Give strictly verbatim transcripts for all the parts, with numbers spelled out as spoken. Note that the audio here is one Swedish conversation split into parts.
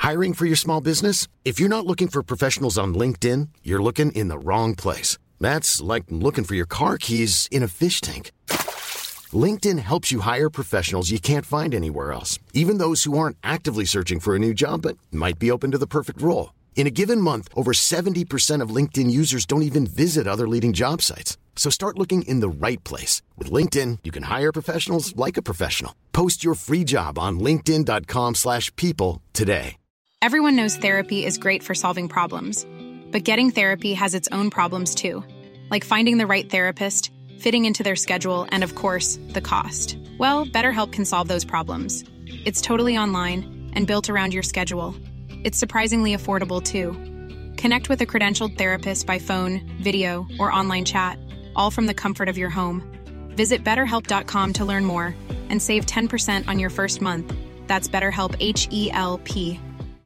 Hiring for your small business? If you're not looking for professionals on LinkedIn, you're looking in the wrong place. That's like looking for your car keys in a fish tank. LinkedIn helps you hire professionals you can't find anywhere else, even those who aren't actively searching for a new job but might be open to the perfect role. In a given month, over seventy percent of LinkedIn users don't even visit other leading job sites. So start looking in the right place. With LinkedIn, you can hire professionals like a professional. Post your free job on linkedin dot com slash people today. Everyone knows therapy is great for solving problems. But getting therapy has its own problems too. Like finding the right therapist, fitting into their schedule, and of course, the cost. Well, BetterHelp can solve those problems. It's totally online and built around your schedule. It's surprisingly affordable too. Connect with a credentialed therapist by phone, video, or online chat, all from the comfort of your home. Visit better help dot com to learn more and save ten percent on your first month. That's BetterHelp, H E L P.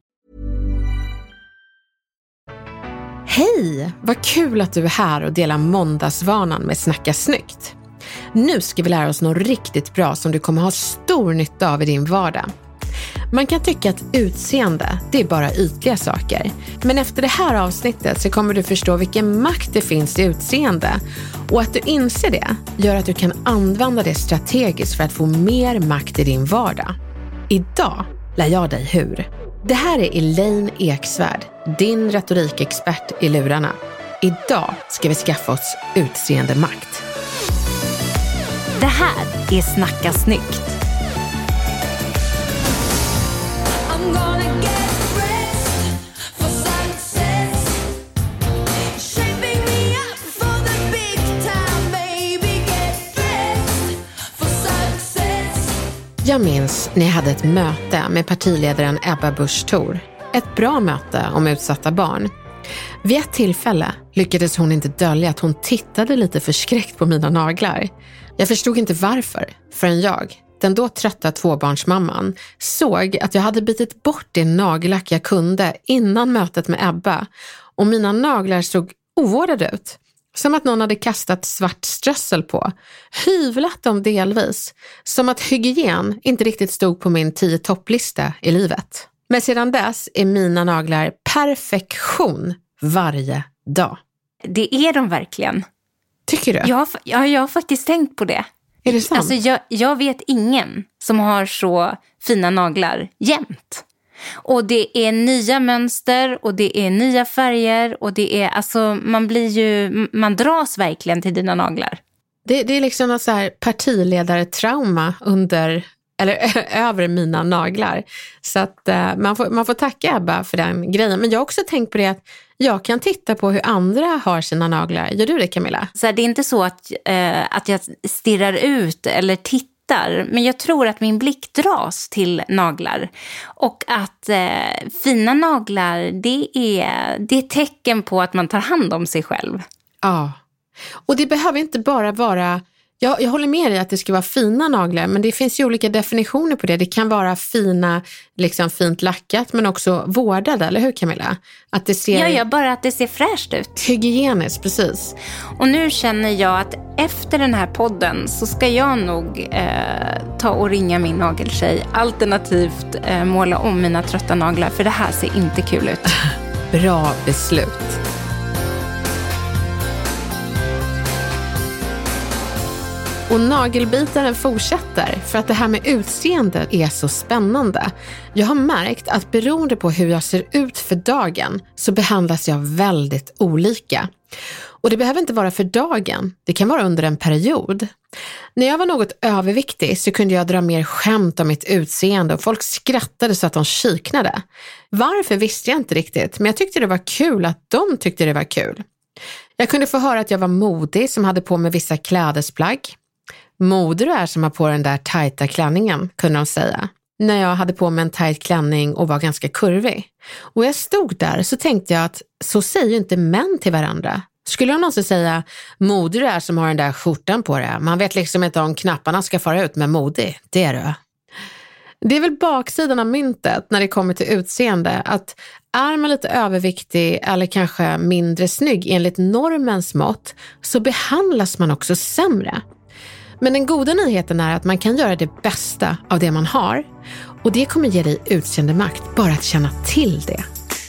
Hej! Vad kul att du är här och delar måndagsvanan med Snacka snyggt. Nu ska vi lära oss något riktigt bra som du kommer ha stor nytta av i din vardag. Man kan tycka att utseende, det är bara ytliga saker. Men efter det här avsnittet så kommer du förstå vilken makt det finns i utseende. Och att du inser det gör att du kan använda det strategiskt för att få mer makt i din vardag. Idag lär jag dig hur. Det här är Elaine Eksvärd, din retorikexpert i lurarna. Idag ska vi skaffa oss utseende makt. Det här är Snacka snyggt. Jag minns när jag hade ett möte med partiledaren Ebba Busch Thor. Ett bra möte om utsatta barn. Vid ett tillfälle lyckades hon inte dölja att hon tittade lite förskräckt på mina naglar. Jag förstod inte varför, förrän jag, den då trötta tvåbarnsmamman, såg att jag hade bitit bort det nagellack jag kunde innan mötet med Ebba. Och mina naglar såg ovårdade ut. Som att någon hade kastat svart strössel på. Hyvlat dem delvis. Som att hygien inte riktigt stod på min tio topplista i livet. Men sedan dess är mina naglar perfektion varje dag. Det är de verkligen. Tycker du? Jag, ja, jag har faktiskt tänkt på det. Är det sant? Alltså jag, jag vet ingen som har så fina naglar jämt. Och det är nya mönster och det är nya färger och det är, alltså man blir ju, man dras verkligen till dina naglar. Det, det är liksom något så här partiledartrauma under, eller över mina naglar. Så att uh, man, får, man får tacka Ebba för den grejen. Men jag har också tänkt på det att jag kan titta på hur andra har sina naglar. Gör du det, Camilla? Så här, det är inte så att, uh, att jag stirrar ut eller tittar. Men jag tror att min blick dras till naglar. Och att eh, fina naglar, det är, det är tecken på att man tar hand om sig själv. Ja, och det behöver inte bara vara... Jag, jag håller med dig att det ska vara fina naglar, men det finns ju olika definitioner på det. Det kan vara fina, liksom fint lackat, men också vårdade, eller hur Camilla? Att det ser... Ja, ja, bara att det ser fräscht ut. Hygieniskt, precis. Och nu känner jag att efter den här podden så ska jag nog eh, ta och ringa min nageltjej. Alternativt eh, måla om mina trötta naglar, för det här ser inte kul ut. Bra beslut. Och nagelbitaren fortsätter för att det här med utseende är så spännande. Jag har märkt att beroende på hur jag ser ut för dagen så behandlas jag väldigt olika. Och det behöver inte vara för dagen, det kan vara under en period. När jag var något överviktig så kunde jag dra mer skämt om mitt utseende och folk skrattade så att de kiknade. Varför visste jag inte riktigt, men jag tyckte det var kul att de tyckte det var kul. Jag kunde få höra att jag var modig som hade på mig vissa klädesplagg. Moder är som har på den där tajta klänningen, kunde de säga. När jag hade på mig en tajt klänning och var ganska kurvig. Och jag stod där så tänkte jag att så säger inte män till varandra. Skulle jag någonsin säga, moder är som har den där skjortan på det. Man vet liksom inte om knapparna ska fara ut, men modig, det är du. Det är väl baksidan av myntet när det kommer till utseende. Att är man lite överviktig eller kanske mindre snygg enligt normens mått så behandlas man också sämre. Men den goda nyheten är att man kan göra det bästa av det man har. Och det kommer ge dig utseendemakt bara att känna till det.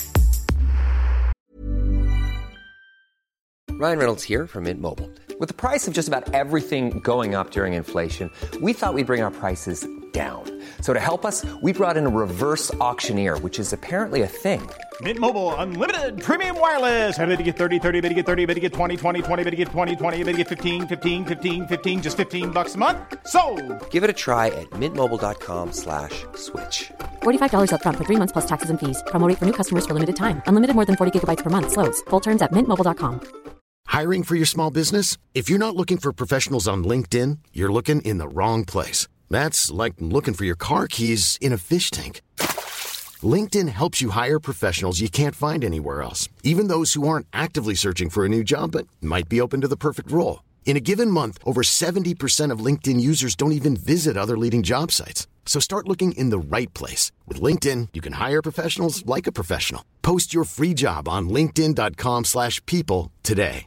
Ryan Reynolds here from Mint Mobile. With the price of just about everything going up during inflation, we thought we'd bring our prices down. So to help us, we brought in a reverse auctioneer, which is apparently a thing. Mint Mobile Unlimited Premium Wireless. How to get thirty, thirty, how to get thirty, how to get twenty, twenty, twenty, how to get twenty, twenty, how to get fifteen, fifteen, fifteen, fifteen, just fifteen bucks a month? Sold! Give it a try at mintmobile.com slash switch. forty-five dollars up front for three months plus taxes and fees. Promo rate for new customers for limited time. Unlimited more than forty gigabytes per month. Slows full terms at mint mobile dot com. Hiring for your small business? If you're not looking for professionals on LinkedIn, you're looking in the wrong place. That's like looking for your car keys in a fish tank. LinkedIn helps you hire professionals you can't find anywhere else, even those who aren't actively searching for a new job but might be open to the perfect role. In a given month, over seventy percent of LinkedIn users don't even visit other leading job sites. So start looking in the right place. With LinkedIn, you can hire professionals like a professional. Post your free job on linkedin dot com slash people today.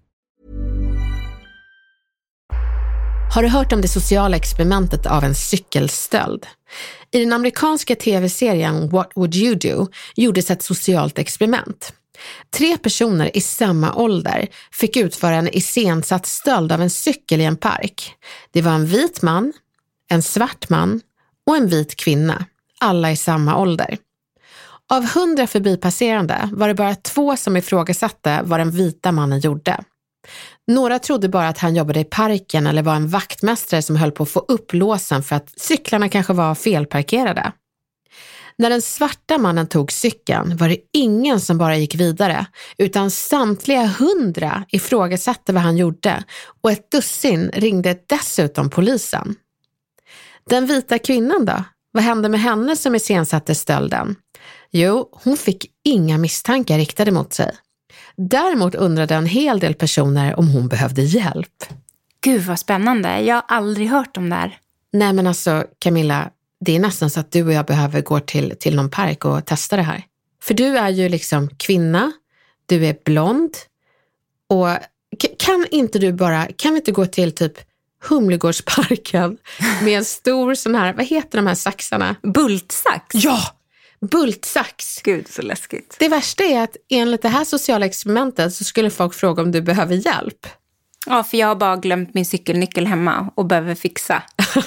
Har du hört om det sociala experimentet av en cykelstöld? I den amerikanska tv-serien What Would You Do gjordes ett socialt experiment. Tre personer i samma ålder fick utföra en iscensatt stöld av en cykel i en park. Det var en vit man, en svart man och en vit kvinna, alla i samma ålder. Av hundra förbipasserande var det bara två som ifrågasatte vad den vita mannen gjorde. Några trodde bara att han jobbade i parken eller var en vaktmästare som höll på att få upp låsen för att cyklarna kanske var felparkerade. När den svarta mannen tog cykeln var det ingen som bara gick vidare, utan samtliga hundra ifrågasatte vad han gjorde och ett dussin ringde dessutom polisen. Den vita kvinnan då? Vad hände med henne som iscensatte stölden? Jo, hon fick inga misstankar riktade mot sig. Däremot undrade en hel del personer om hon behövde hjälp. Gud vad spännande, jag har aldrig hört om det här. Nej men alltså Camilla, det är nästan så att du och jag behöver gå till, till någon park och testa det här. För du är ju liksom kvinna, du är blond och k- kan inte du bara, kan vi inte gå till typ Humlegårdsparken med en stor sån här, vad heter de här saxarna? Bultsax? Ja! Bultsax. Gud så läskigt. Det värsta är att enligt det här sociala experimentet så skulle folk fråga om du behöver hjälp. Ja, för jag har bara glömt min cykelnyckel hemma och behöver fixa.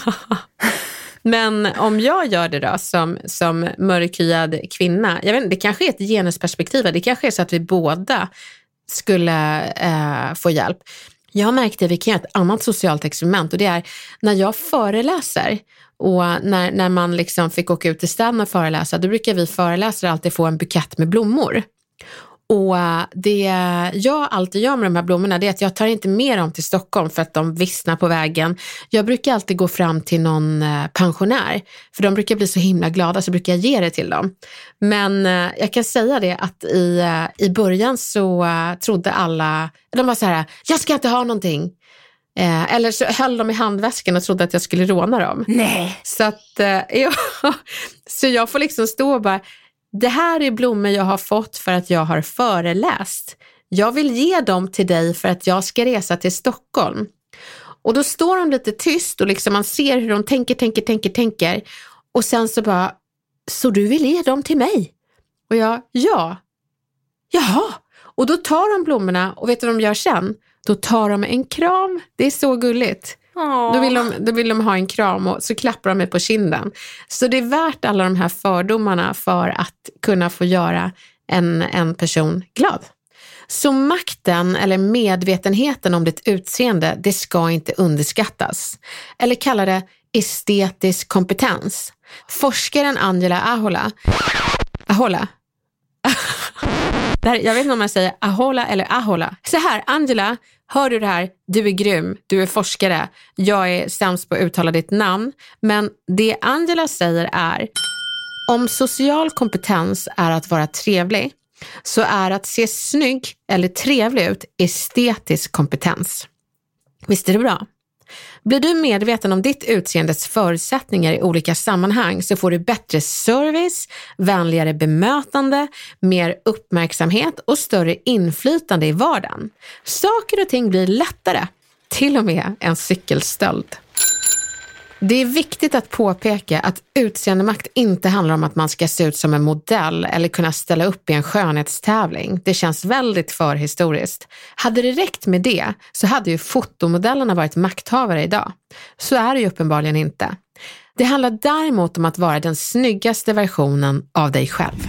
Men om jag gör det då som, som mörkhyad kvinna, jag vet inte, det kanske är ett genusperspektiv, det kanske är så att vi båda skulle eh, få hjälp. Jag märkte att vi kan göra ett annat socialt experiment och det är när jag föreläser och när, när man liksom fick åka ut till stan och föreläsa, då brukar vi föreläsare alltid få en bukett med blommor. Och det jag alltid gör med de här blommorna det är att jag tar inte med dem till Stockholm för att de vissnar på vägen. Jag brukar alltid gå fram till någon pensionär för de brukar bli så himla glada så brukar jag ge det till dem. Men jag kan säga det att i, i början så trodde alla, de var så här, jag ska inte ha någonting. Eh, eller så höll de i handväskan och trodde att jag skulle råna dem. Nej. Så att eh, ja, så jag får liksom stå och bara, det här är blommor jag har fått för att jag har föreläst. Jag vill ge dem till dig för att jag ska resa till Stockholm. Och då står de lite tyst och liksom man ser hur de tänker, tänker, tänker, tänker. Och sen så bara, så du vill ge dem till mig? Och jag, ja. Jaha. Och då tar de blommorna och vet du vad de gör sen? Då tar de en kram. Det är så gulligt. Åh. Då vill, de, då vill de ha en kram och så klappar de mig på kinden. Så det är värt alla de här fördomarna för att kunna få göra en, en person glad. Så makten eller medvetenheten om ditt utseende, det ska inte underskattas. Eller kalla det estetisk kompetens. Forskaren Angela Ahola, Ahola? Jag vet inte om man säger Ahola eller Ahola. Så här, Angela, hör du det här? Du är grym, du är forskare. Jag är sämst på att uttala ditt namn. Men det Angela säger är, om social kompetens är att vara trevlig, så är att se snygg eller trevlig ut estetisk kompetens. Visst är det bra? Blir du medveten om ditt utseendes förutsättningar i olika sammanhang så får du bättre service, vänligare bemötande, mer uppmärksamhet och större inflytande i vardagen. Saker och ting blir lättare, till och med en cykelstöld. Det är viktigt att påpeka att utseendemakt inte handlar om att man ska se ut som en modell eller kunna ställa upp i en skönhetstävling. Det känns väldigt förhistoriskt. Hade det räckt med det så hade ju fotomodellerna varit makthavare idag. Så är det ju uppenbarligen inte. Det handlar däremot om att vara den snyggaste versionen av dig själv.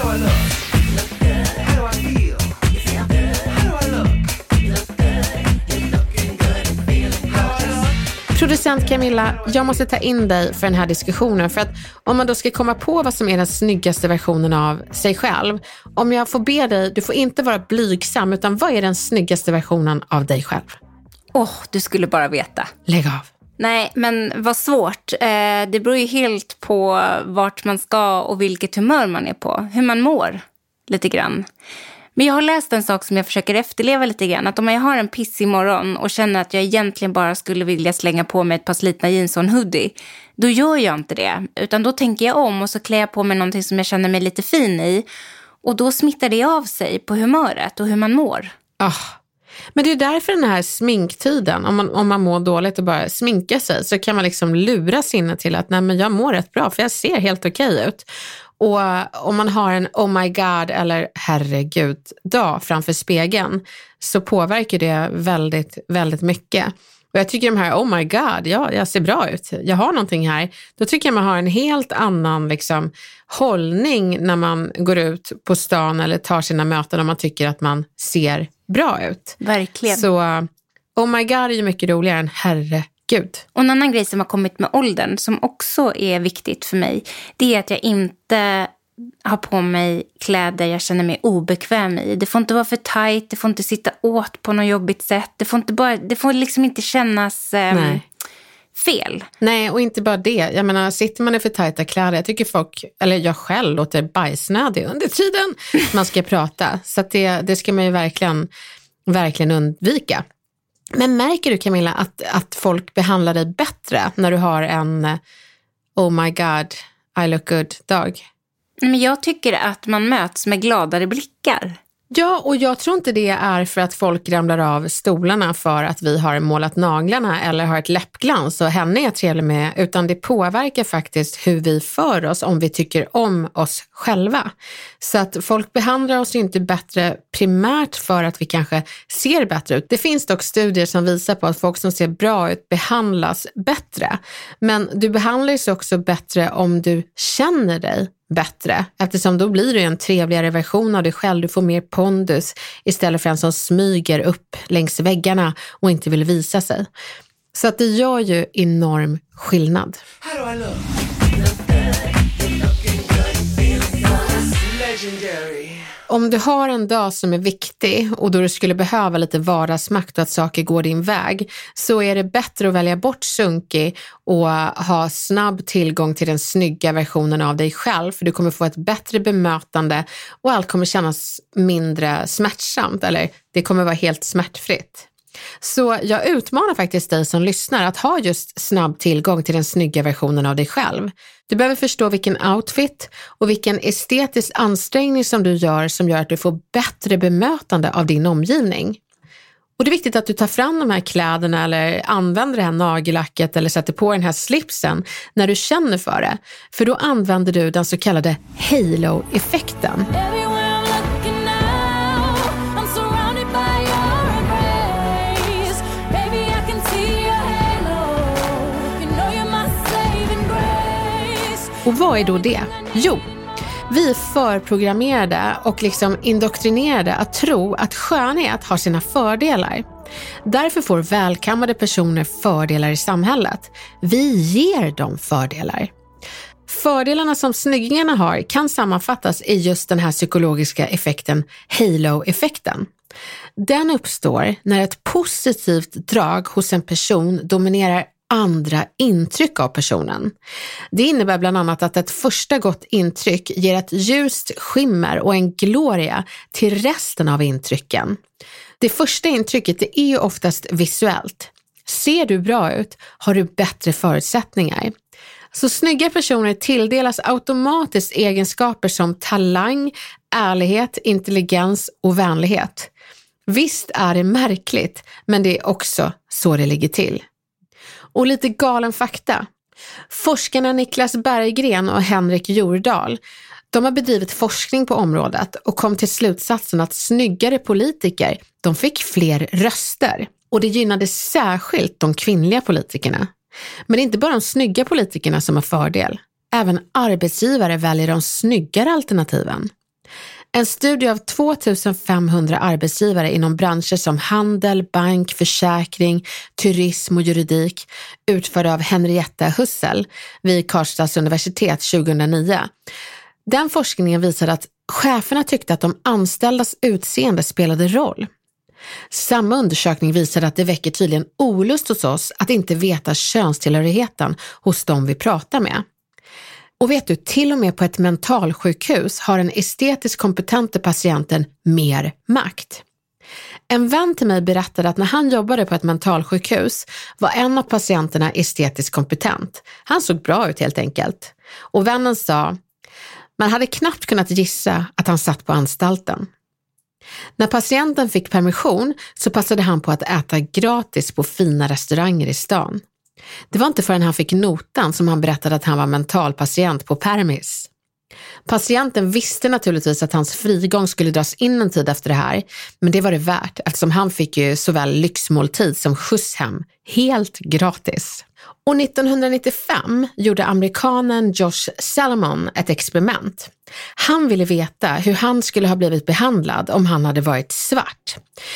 Producent Camilla, jag måste ta in dig för den här diskussionen, för att om man då ska komma på vad som är den snyggaste versionen av sig själv, om jag får be dig, du får inte vara blygsam, utan vad är den snyggaste versionen av dig själv? Åh, oh, du skulle bara veta. Lägg av. Nej, men vad svårt. Eh, det beror ju helt på vart man ska och vilket humör man är på. Hur man mår, lite grann. Men jag har läst en sak som jag försöker efterleva lite grann. Att om jag har en pissig morgon och känner att jag egentligen bara skulle vilja slänga på mig ett par slitna jeans och en hoodie, då gör jag inte det. Utan då tänker jag om och så klär jag på mig någonting som jag känner mig lite fin i. Och då smittar det av sig på humöret och hur man mår. Oh. Men det är därför den här sminktiden, om man, om man mår dåligt och bara sminka sig, så kan man liksom lura sinnet till att nej, men jag mår rätt bra för jag ser helt okej ut. Och om man har en oh my god eller herregud dag framför spegeln, så påverkar det väldigt, väldigt mycket. Och jag tycker de här oh my god, ja, jag ser bra ut, jag har någonting här. Då tycker jag man har en helt annan liksom, hållning när man går ut på stan eller tar sina möten, om man tycker att man ser bra ut. Verkligen. Så oh my god är ju mycket roligare än herregud. Gud. Och en annan grej som har kommit med åldern som också är viktigt för mig, det är att jag inte har på mig kläder jag känner mig obekväm i. Det får inte vara för tajt, det får inte sitta åt på något jobbigt sätt. Det får, inte bara, det får liksom inte kännas eh, fel. Nej, och inte bara det. Jag menar, sitter man i för tajta kläder, jag tycker folk, eller jag själv låter bajsnödig under tiden man ska prata. Så att det, det ska man ju verkligen, verkligen undvika. Men märker du, Camilla, att, att folk behandlar dig bättre när du har en oh my god, I look good dag? Men jag tycker att man möts med gladare blickar. Ja, och jag tror inte det är för att folk ramlar av stolarna för att vi har målat naglarna eller har ett läppglans och henne är trevlig med, utan det påverkar faktiskt hur vi för oss om vi tycker om oss själva. Så att folk behandlar oss inte bättre primärt för att vi kanske ser bättre ut. Det finns dock studier som visar på att folk som ser bra ut behandlas bättre. Men du behandlas också bättre om du känner dig bättre, eftersom då blir du en trevligare version av dig själv. Du får mer pondus istället för en som smyger upp längs väggarna och inte vill visa sig. Så att det gör ju enorm skillnad. Om du har en dag som är viktig och då du skulle behöva lite vardagsmakt och att saker går din väg, så är det bättre att välja bort sunkig och ha snabb tillgång till den snygga versionen av dig själv, för du kommer få ett bättre bemötande och allt kommer kännas mindre smärtsamt, eller det kommer vara helt smärtfritt. Så jag utmanar faktiskt dig som lyssnar att ha just snabb tillgång till den snygga versionen av dig själv. Du behöver förstå vilken outfit och vilken estetisk ansträngning som du gör som gör att du får bättre bemötande av din omgivning. Och det är viktigt att du tar fram de här kläderna eller använder det här nagellacket eller sätter på den här slipsen när du känner för det. För då använder du den så kallade halo-effekten. Och vad är då det? Jo, vi är förprogrammerade och liksom indoktrinerade att tro att skönhet har sina fördelar. Därför får välkammade personer fördelar i samhället. Vi ger dem fördelar. Fördelarna som snyggingarna har kan sammanfattas i just den här psykologiska effekten, halo-effekten. Den uppstår när ett positivt drag hos en person dominerar andra intryck av personen. Det innebär bland annat att ett första gott intryck ger ett ljust skimmer och en gloria till resten av intrycken. Det första intrycket det är ju oftast visuellt. Ser du bra ut har du bättre förutsättningar. Så snygga personer tilldelas automatiskt egenskaper som talang, ärlighet, intelligens och vänlighet. Visst är det märkligt, men det är också så det ligger till. Och lite galen fakta. Forskarna Niklas Berggren och Henrik Jordahl, de har bedrivit forskning på området och kom till slutsatsen att snyggare politiker, de fick fler röster. Och det gynnade särskilt de kvinnliga politikerna. Men det är inte bara de snygga politikerna som har fördel. Även arbetsgivare väljer de snyggare alternativen. En studie av två tusen femhundra arbetsgivare inom branscher som handel, bank, försäkring, turism och juridik utförd av Henrietta Hussel vid Karlstads universitet tjugohundranio. Den forskningen visade att cheferna tyckte att de anställdas utseende spelade roll. Samma undersökning visade att det väcker tydligen olust hos oss att inte veta könstillhörigheten hos dem vi pratar med. Och vet du, till och med på ett mentalsjukhus har den estetiskt kompetente patienten mer makt. En vän till mig berättade att när han jobbade på ett mentalsjukhus var en av patienterna estetiskt kompetent. Han såg bra ut helt enkelt. Och vännen sa, man hade knappt kunnat gissa att han satt på anstalten. När patienten fick permission så passade han på att äta gratis på fina restauranger i stan. Det var inte förrän han fick notan som han berättade att han var mentalpatient på permis. Patienten visste naturligtvis att hans frigång skulle dras in en tid efter det här, men det var det värt eftersom han fick ju såväl lyxmåltid som skjuts hem, helt gratis. Och nittonhundranittiofem gjorde amerikanen Josh Salomon ett experiment. Han ville veta hur han skulle ha blivit behandlad om han hade varit svart.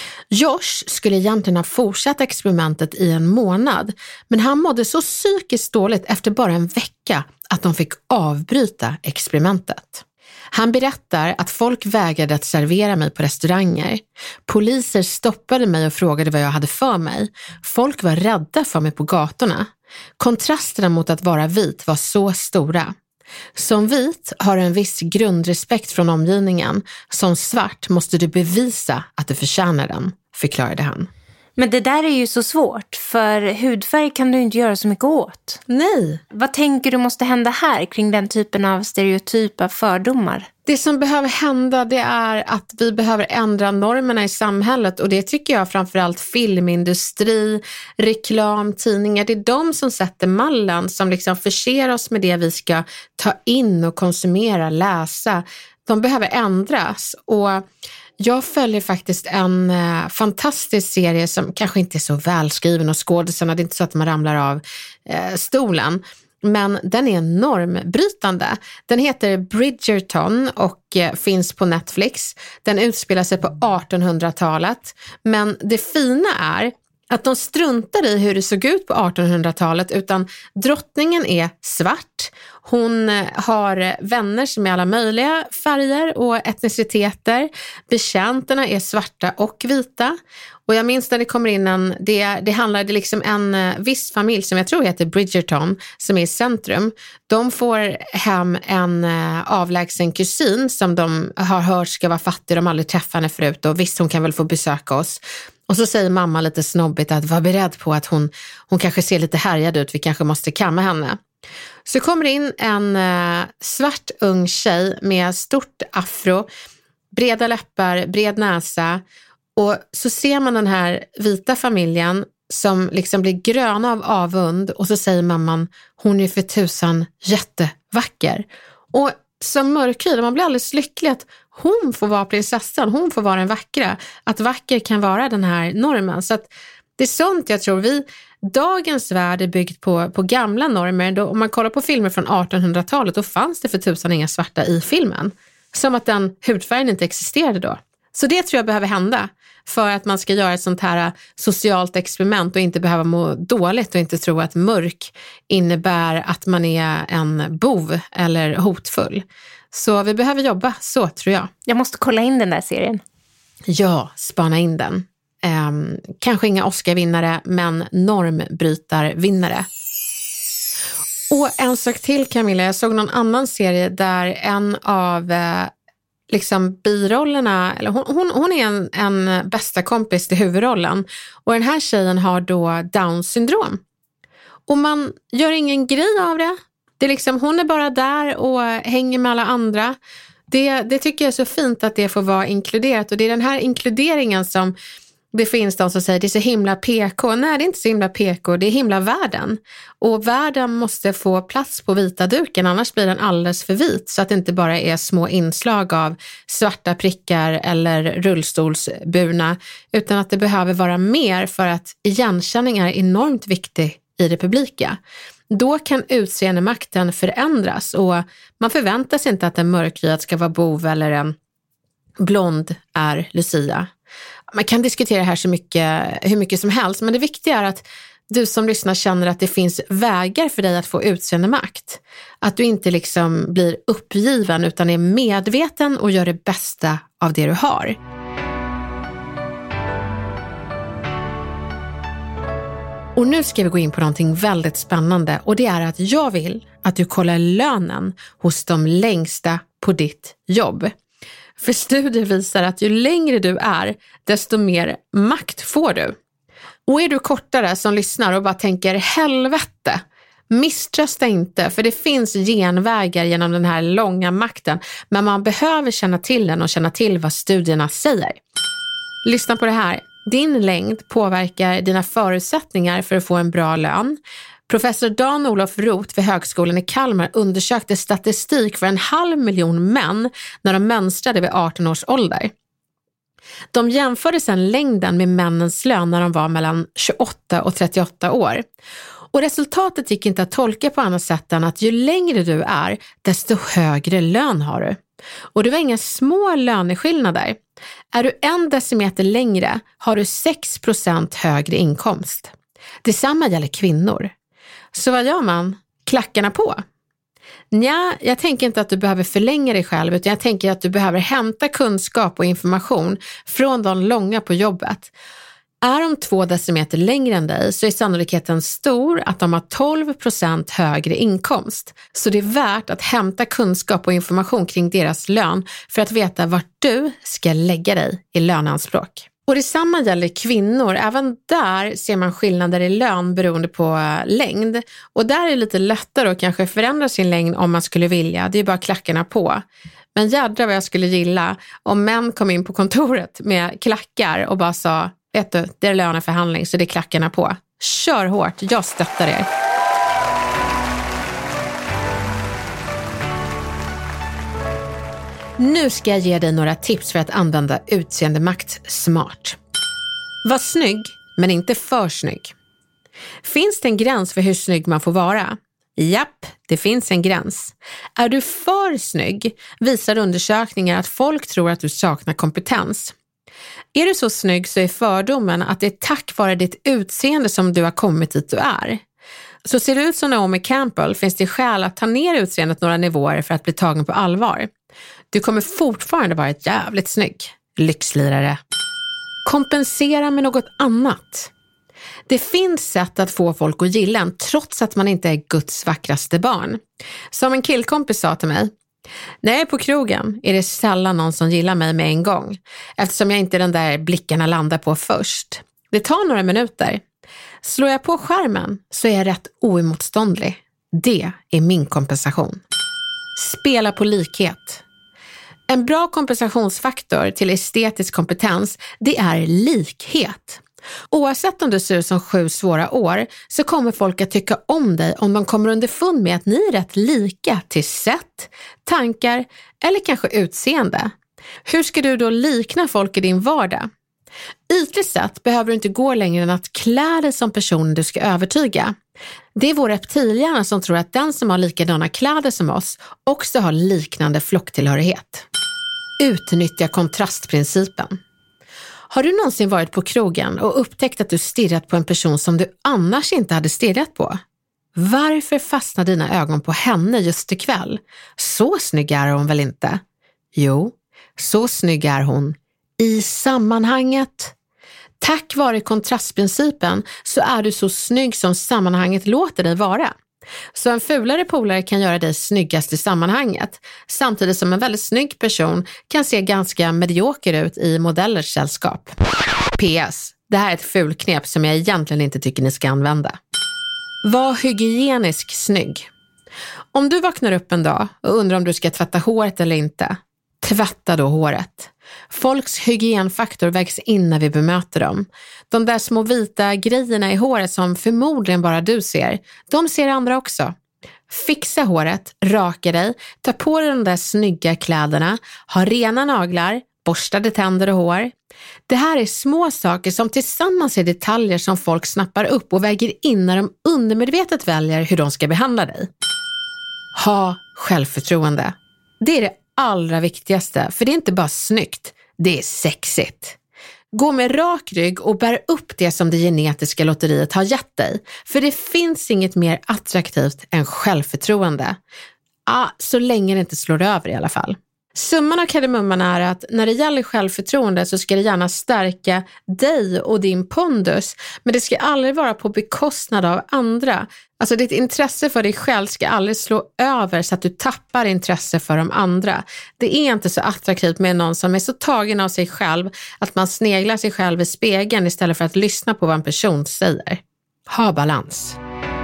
Josh skulle egentligen ha fortsatt experimentet i en månad, men han mådde så psykiskt dåligt efter bara en vecka att de fick avbryta experimentet. Han berättar att folk vägrade att servera mig på restauranger. Poliser stoppade mig och frågade vad jag hade för mig. Folk var rädda för mig på gatorna. Kontrasterna mot att vara vit var så stora. Som vit har du en viss grundrespekt från omgivningen. Som svart måste du bevisa att du förtjänar den, förklarade han. Men det där är ju så svårt, för hudfärg kan du inte göra så mycket åt. Nej. Vad tänker du måste hända här kring den typen av stereotypa fördomar? Det som behöver hända, det är att vi behöver ändra normerna i samhället, och det tycker jag framförallt filmindustri, reklam, tidningar, det är de som sätter mallen, som liksom förser oss med det vi ska ta in och konsumera, läsa. De behöver ändras, och jag följer faktiskt en eh, fantastisk serie som kanske inte är så välskriven och skådespelarna, det är inte så att man ramlar av eh, stolen. Men den är normbrytande. Den heter Bridgerton och eh, finns på Netflix. Den utspelar sig på artonhundratalet. Men det fina är att de struntar i hur det såg ut på artonhundratalet, utan drottningen är svart. Hon har vänner som är alla möjliga färger och etniciteter. Betjänterna är svarta och vita. Och jag minns när det kommer in en, det, det handlar det liksom en viss familj som jag tror heter Bridgerton, som är i centrum. De får hem en avlägsen kusin som de har hört ska vara fattig, de har aldrig träffat henne förut, och visst, hon kan väl få besöka oss. Och så säger mamma lite snobbigt att var beredd på att hon, hon kanske ser lite härjad ut, vi kanske måste kamma henne. Så kommer in en eh, svart ung tjej med stort afro, breda läppar, bred näsa, och så ser man den här vita familjen som liksom blir gröna av avund, och så säger mamman, hon är för tusan jättevacker. Och som mörkhyad, man blir alldeles lycklig att hon får vara prinsessan, hon får vara den vackra, att vacker kan vara den här normen. Så att det är sånt jag tror vi, dagens värld är byggt på, på gamla normer. Då, om man kollar på filmer från artonhundratalet, då fanns det för tusan inga svarta i filmen. Som att den hudfärgen inte existerade då. Så det tror jag behöver hända för att man ska göra ett sånt här socialt experiment och inte behöva må dåligt och inte tro att mörk innebär att man är en bov eller hotfull. Så vi behöver jobba så, tror jag. Jag måste kolla in den där serien. Ja, spana in den. Um, kanske inga Oscar-vinnare, men normbrytarvinnare. Och en sak till, Camilla, jag såg någon annan serie där en av eh, liksom birollerna, eller hon, hon, hon är en, en bästa kompis till huvudrollen, och den här tjejen har då Downs syndrom. Och man gör ingen grej av det. Det är liksom, hon är bara där och hänger med alla andra. Det, det tycker jag är så fint att det får vara inkluderat, och det är den här inkluderingen som Det finns de som säger det är så himla P K. Nej, det är inte så himla P K, det är himla världen. Och världen måste få plats på vita duken, annars blir den alldeles för vit. Så att det inte bara är små inslag av svarta prickar eller rullstolsburna, utan att det behöver vara mer för att igenkänning är enormt viktig i det publika. Då kan utseendemakten förändras och man förväntar sig inte att en mörkhyad ska vara bov eller en blond är Lucia. Man kan diskutera det här så mycket, hur mycket som helst, men det viktiga är att du som lyssnar känner att det finns vägar för dig att få utseendemakt. Att du inte liksom blir uppgiven utan är medveten och gör det bästa av det du har. Och nu ska vi gå in på någonting väldigt spännande, och det är att jag vill att du kollar lönen hos de längsta på ditt jobb. För studier visar att ju längre du är, desto mer makt får du. Och är du kortare som lyssnar och bara tänker helvete, misströsta inte, för det finns genvägar genom den här långa makten, men man behöver känna till den och känna till vad studierna säger. Lyssna på det här. Din längd påverkar dina förutsättningar för att få en bra lön. Professor Dan-Olof Roth vid Högskolan i Kalmar undersökte statistik för en halv miljon män när de mönstrade vid arton års ålder. De jämförde sedan längden med männens lön när de var mellan tjugoåtta och trettioåtta år. Och resultatet gick inte att tolka på annat sätt än att ju längre du är, desto högre lön har du. Och det var inga små löneskillnader. Är du en decimeter längre har du sex procent högre inkomst. Detsamma gäller kvinnor. Så vad gör man? Klackarna på? Nja, jag tänker inte att du behöver förlänga dig själv, utan jag tänker att du behöver hämta kunskap och information från de långa på jobbet. Är de två decimeter längre än dig så är sannolikheten stor att de har tolv procent högre inkomst. Så det är värt att hämta kunskap och information kring deras lön för att veta vart du ska lägga dig i löneanspråk. Och detsamma gäller kvinnor. Även där ser man skillnader i lön beroende på längd. Och där är det lite lättare att kanske förändra sin längd om man skulle vilja. Det är bara klackarna på. Men jädra vad jag skulle gilla om män kom in på kontoret med klackar och bara sa, vet du, det är löneförhandling så det är klackarna på. Kör hårt, jag stöttar er. Nu ska jag ge dig några tips för att använda utseendemakt smart. Var snygg, men inte för snygg. Finns det en gräns för hur snygg man får vara? Japp, det finns en gräns. Är du för snygg visar undersökningar att folk tror att du saknar kompetens. Är du så snygg så är fördomen att det är tack vare ditt utseende som du har kommit dit du är. Så ser du ut som Naomi Campbell finns det skäl att ta ner utseendet några nivåer för att bli tagen på allvar. Du kommer fortfarande vara ett jävligt snygg lyxlirare. Kompensera med något annat. Det finns sätt att få folk att gilla en trots att man inte är Guds vackraste barn. Som en killkompis sa till mig: när jag är på krogen är det sällan någon som gillar mig med en gång, eftersom jag inte den där blickarna landar på först. Det tar några minuter. Slår jag på skärmen så är jag rätt oemotståndlig. Det är min kompensation. Spela på likhet. En bra kompensationsfaktor till estetisk kompetens, det är likhet. Oavsett om du ser ut som sju svåra år så kommer folk att tycka om dig om de kommer underfund med att ni är rätt lika till sätt, tankar eller kanske utseende. Hur ska du då likna folk i din vardag? Ytligt sett behöver du inte gå längre än att klä dig som personen du ska övertyga. Det är vår reptilhjärna som tror att den som har likadana kläder som oss också har liknande flocktillhörighet. Utnyttja kontrastprincipen. Har du någonsin varit på krogen och upptäckt att du stirrat på en person som du annars inte hade stirrat på? Varför fastnar dina ögon på henne just ikväll? Så snygg är hon väl inte? Jo, så snygg är hon i sammanhanget. Tack vare kontrastprincipen så är du så snygg som sammanhanget låter dig vara. Så en fulare polare kan göra dig snyggast i sammanhanget, samtidigt som en väldigt snygg person kan se ganska medioker ut i modellers sällskap. P S. Det här är ett fulknep som jag egentligen inte tycker ni ska använda. Var hygienisk snygg. Om du vaknar upp en dag och undrar om du ska tvätta håret eller inte, tvätta då håret. Folks hygienfaktor vägs in när vi bemöter dem. De där små vita grejerna i håret som förmodligen bara du ser, de ser andra också. Fixa håret, raka dig, ta på dig de där snygga kläderna, ha rena naglar, borstade tänder och hår. Det här är små saker som tillsammans är detaljer som folk snappar upp och väger in när de undermedvetet väljer hur de ska behandla dig. Ha självförtroende. Det är det allra viktigaste, för det är inte bara snyggt, det är sexigt. Gå med rak rygg och bär upp det som det genetiska lotteriet har gett dig. För det finns inget mer attraktivt än självförtroende. Ah, så länge det inte slår över i alla fall. Summan av kardemumman är att när det gäller självförtroende så ska det gärna stärka dig och din pondus. Men det ska aldrig vara på bekostnad av andra. Alltså ditt intresse för dig själv ska aldrig slå över så att du tappar intresse för de andra. Det är inte så attraktivt med någon som är så tagen av sig själv att man sneglar sig själv i spegeln istället för att lyssna på vad en person säger. Ha balans.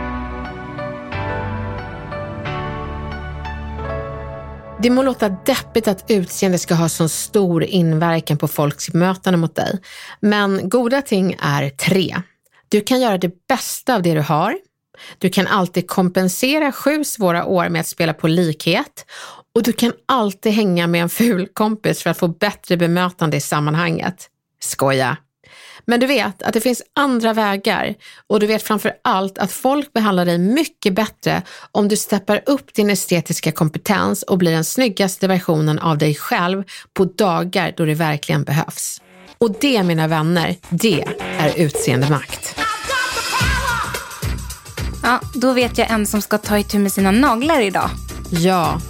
Det må låta deppigt att utseende ska ha så stor inverkan på folks mötande mot dig. Men goda ting är tre. Du kan göra det bästa av det du har. Du kan alltid kompensera sju svåra år med att spela på likhet. Och du kan alltid hänga med en ful kompis för att få bättre bemötande i sammanhanget. Skoja. Men du vet att det finns andra vägar och du vet framför allt att folk behandlar dig mycket bättre om du steppar upp din estetiska kompetens och blir den snyggaste versionen av dig själv på dagar då det verkligen behövs. Och det, mina vänner, det är utseendemakt. Ja, då vet jag en som ska ta itu med sina naglar idag. Ja.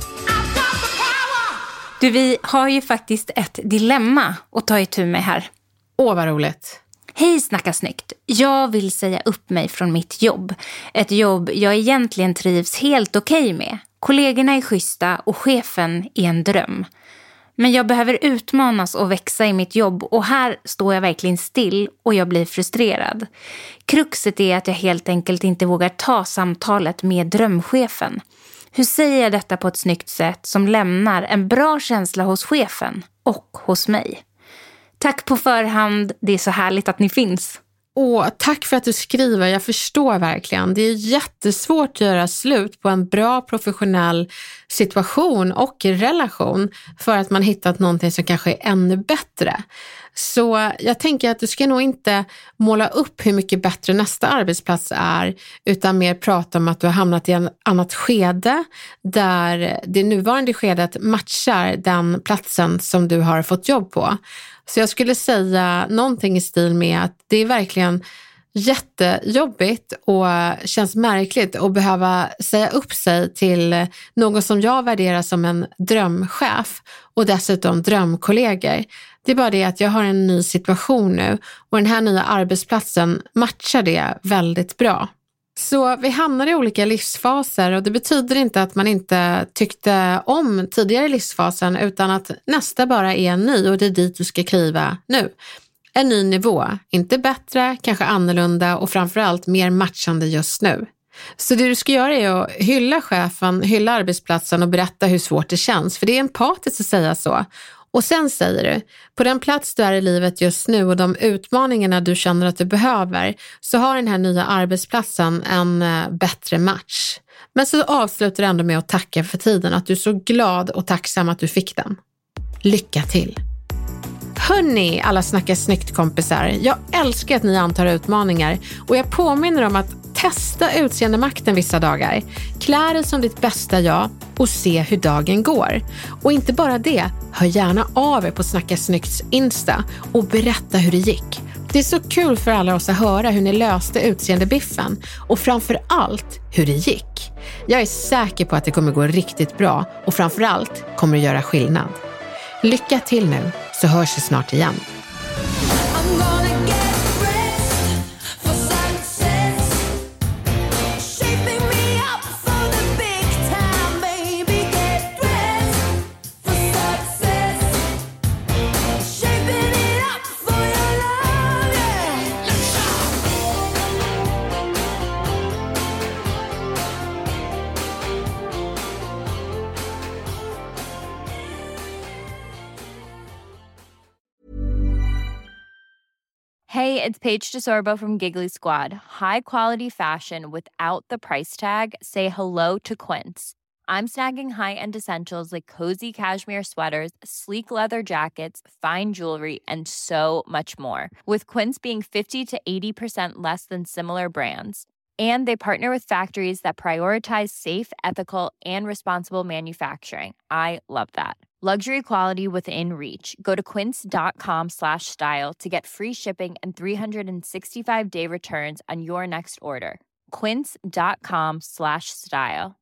Du, vi har ju faktiskt ett dilemma att ta itu med här. Åh, vad roligt. Hej, Snacka snyggt. Jag vill säga upp mig från mitt jobb. Ett jobb jag egentligen trivs helt okej med. Kollegorna är schyssta och chefen är en dröm. Men jag behöver utmanas och växa i mitt jobb och här står jag verkligen still och jag blir frustrerad. Kruxet är att jag helt enkelt inte vågar ta samtalet med drömchefen. Hur säger jag detta på ett snyggt sätt som lämnar en bra känsla hos chefen och hos mig? Tack på förhand, det är så härligt att ni finns. Åh, tack för att du skriver, jag förstår verkligen. Det är jättesvårt att göra slut på en bra professionell situation och relation för att man hittat någonting som kanske är ännu bättre. Så jag tänker att du ska nog inte måla upp hur mycket bättre nästa arbetsplats är, utan mer prata om att du har hamnat i en annat skede där det nuvarande skedet matchar den platsen som du har fått jobb på. Så jag skulle säga någonting i stil med att det är verkligen jättejobbigt och känns märkligt att behöva säga upp sig till någon som jag värderar som en drömchef och dessutom drömkollegor. Det är bara det att jag har en ny situation nu och den här nya arbetsplatsen matchar det väldigt bra. Så vi hamnar i olika livsfaser och det betyder inte att man inte tyckte om tidigare livsfasen utan att nästa bara är en ny och det är dit du ska kliva nu. En ny nivå, inte bättre, kanske annorlunda och framförallt mer matchande just nu. Så det du ska göra är att hylla chefen, hylla arbetsplatsen och berätta hur svårt det känns, för det är empatiskt att säga så. Och sen säger du, på den plats du är i livet just nu och de utmaningarna du känner att du behöver så har den här nya arbetsplatsen en bättre match. Men så avslutar du ändå med att tacka för tiden, att du är så glad och tacksam att du fick den. Lycka till! Hörni, alla Snacka snyggt kompisar. Jag älskar att ni antar utmaningar och jag påminner om att testa utseendemakten vissa dagar. Klä dig som ditt bästa jag och se hur dagen går. Och inte bara det, hör gärna av er på Snacka snyggts Insta och berätta hur det gick. Det är så kul för alla oss att höra hur ni löste utseendebiffen och framför allt hur det gick. Jag är säker på att det kommer gå riktigt bra och framför allt kommer det göra skillnad. Lycka till nu, så hörs vi snart igen. Hey, it's Paige DeSorbo from Giggly Squad. High quality fashion without the price tag. Say hello to Quince. I'm snagging high-end essentials like cozy cashmere sweaters, sleek leather jackets, fine jewelry, and so much more. With Quince being fifty to eighty percent less than similar brands. And they partner with factories that prioritize safe, ethical, and responsible manufacturing. I love that. Luxury quality within reach. Go to quince.com slash style to get free shipping and three sixty-five day returns on your next order. Quince.com slash style.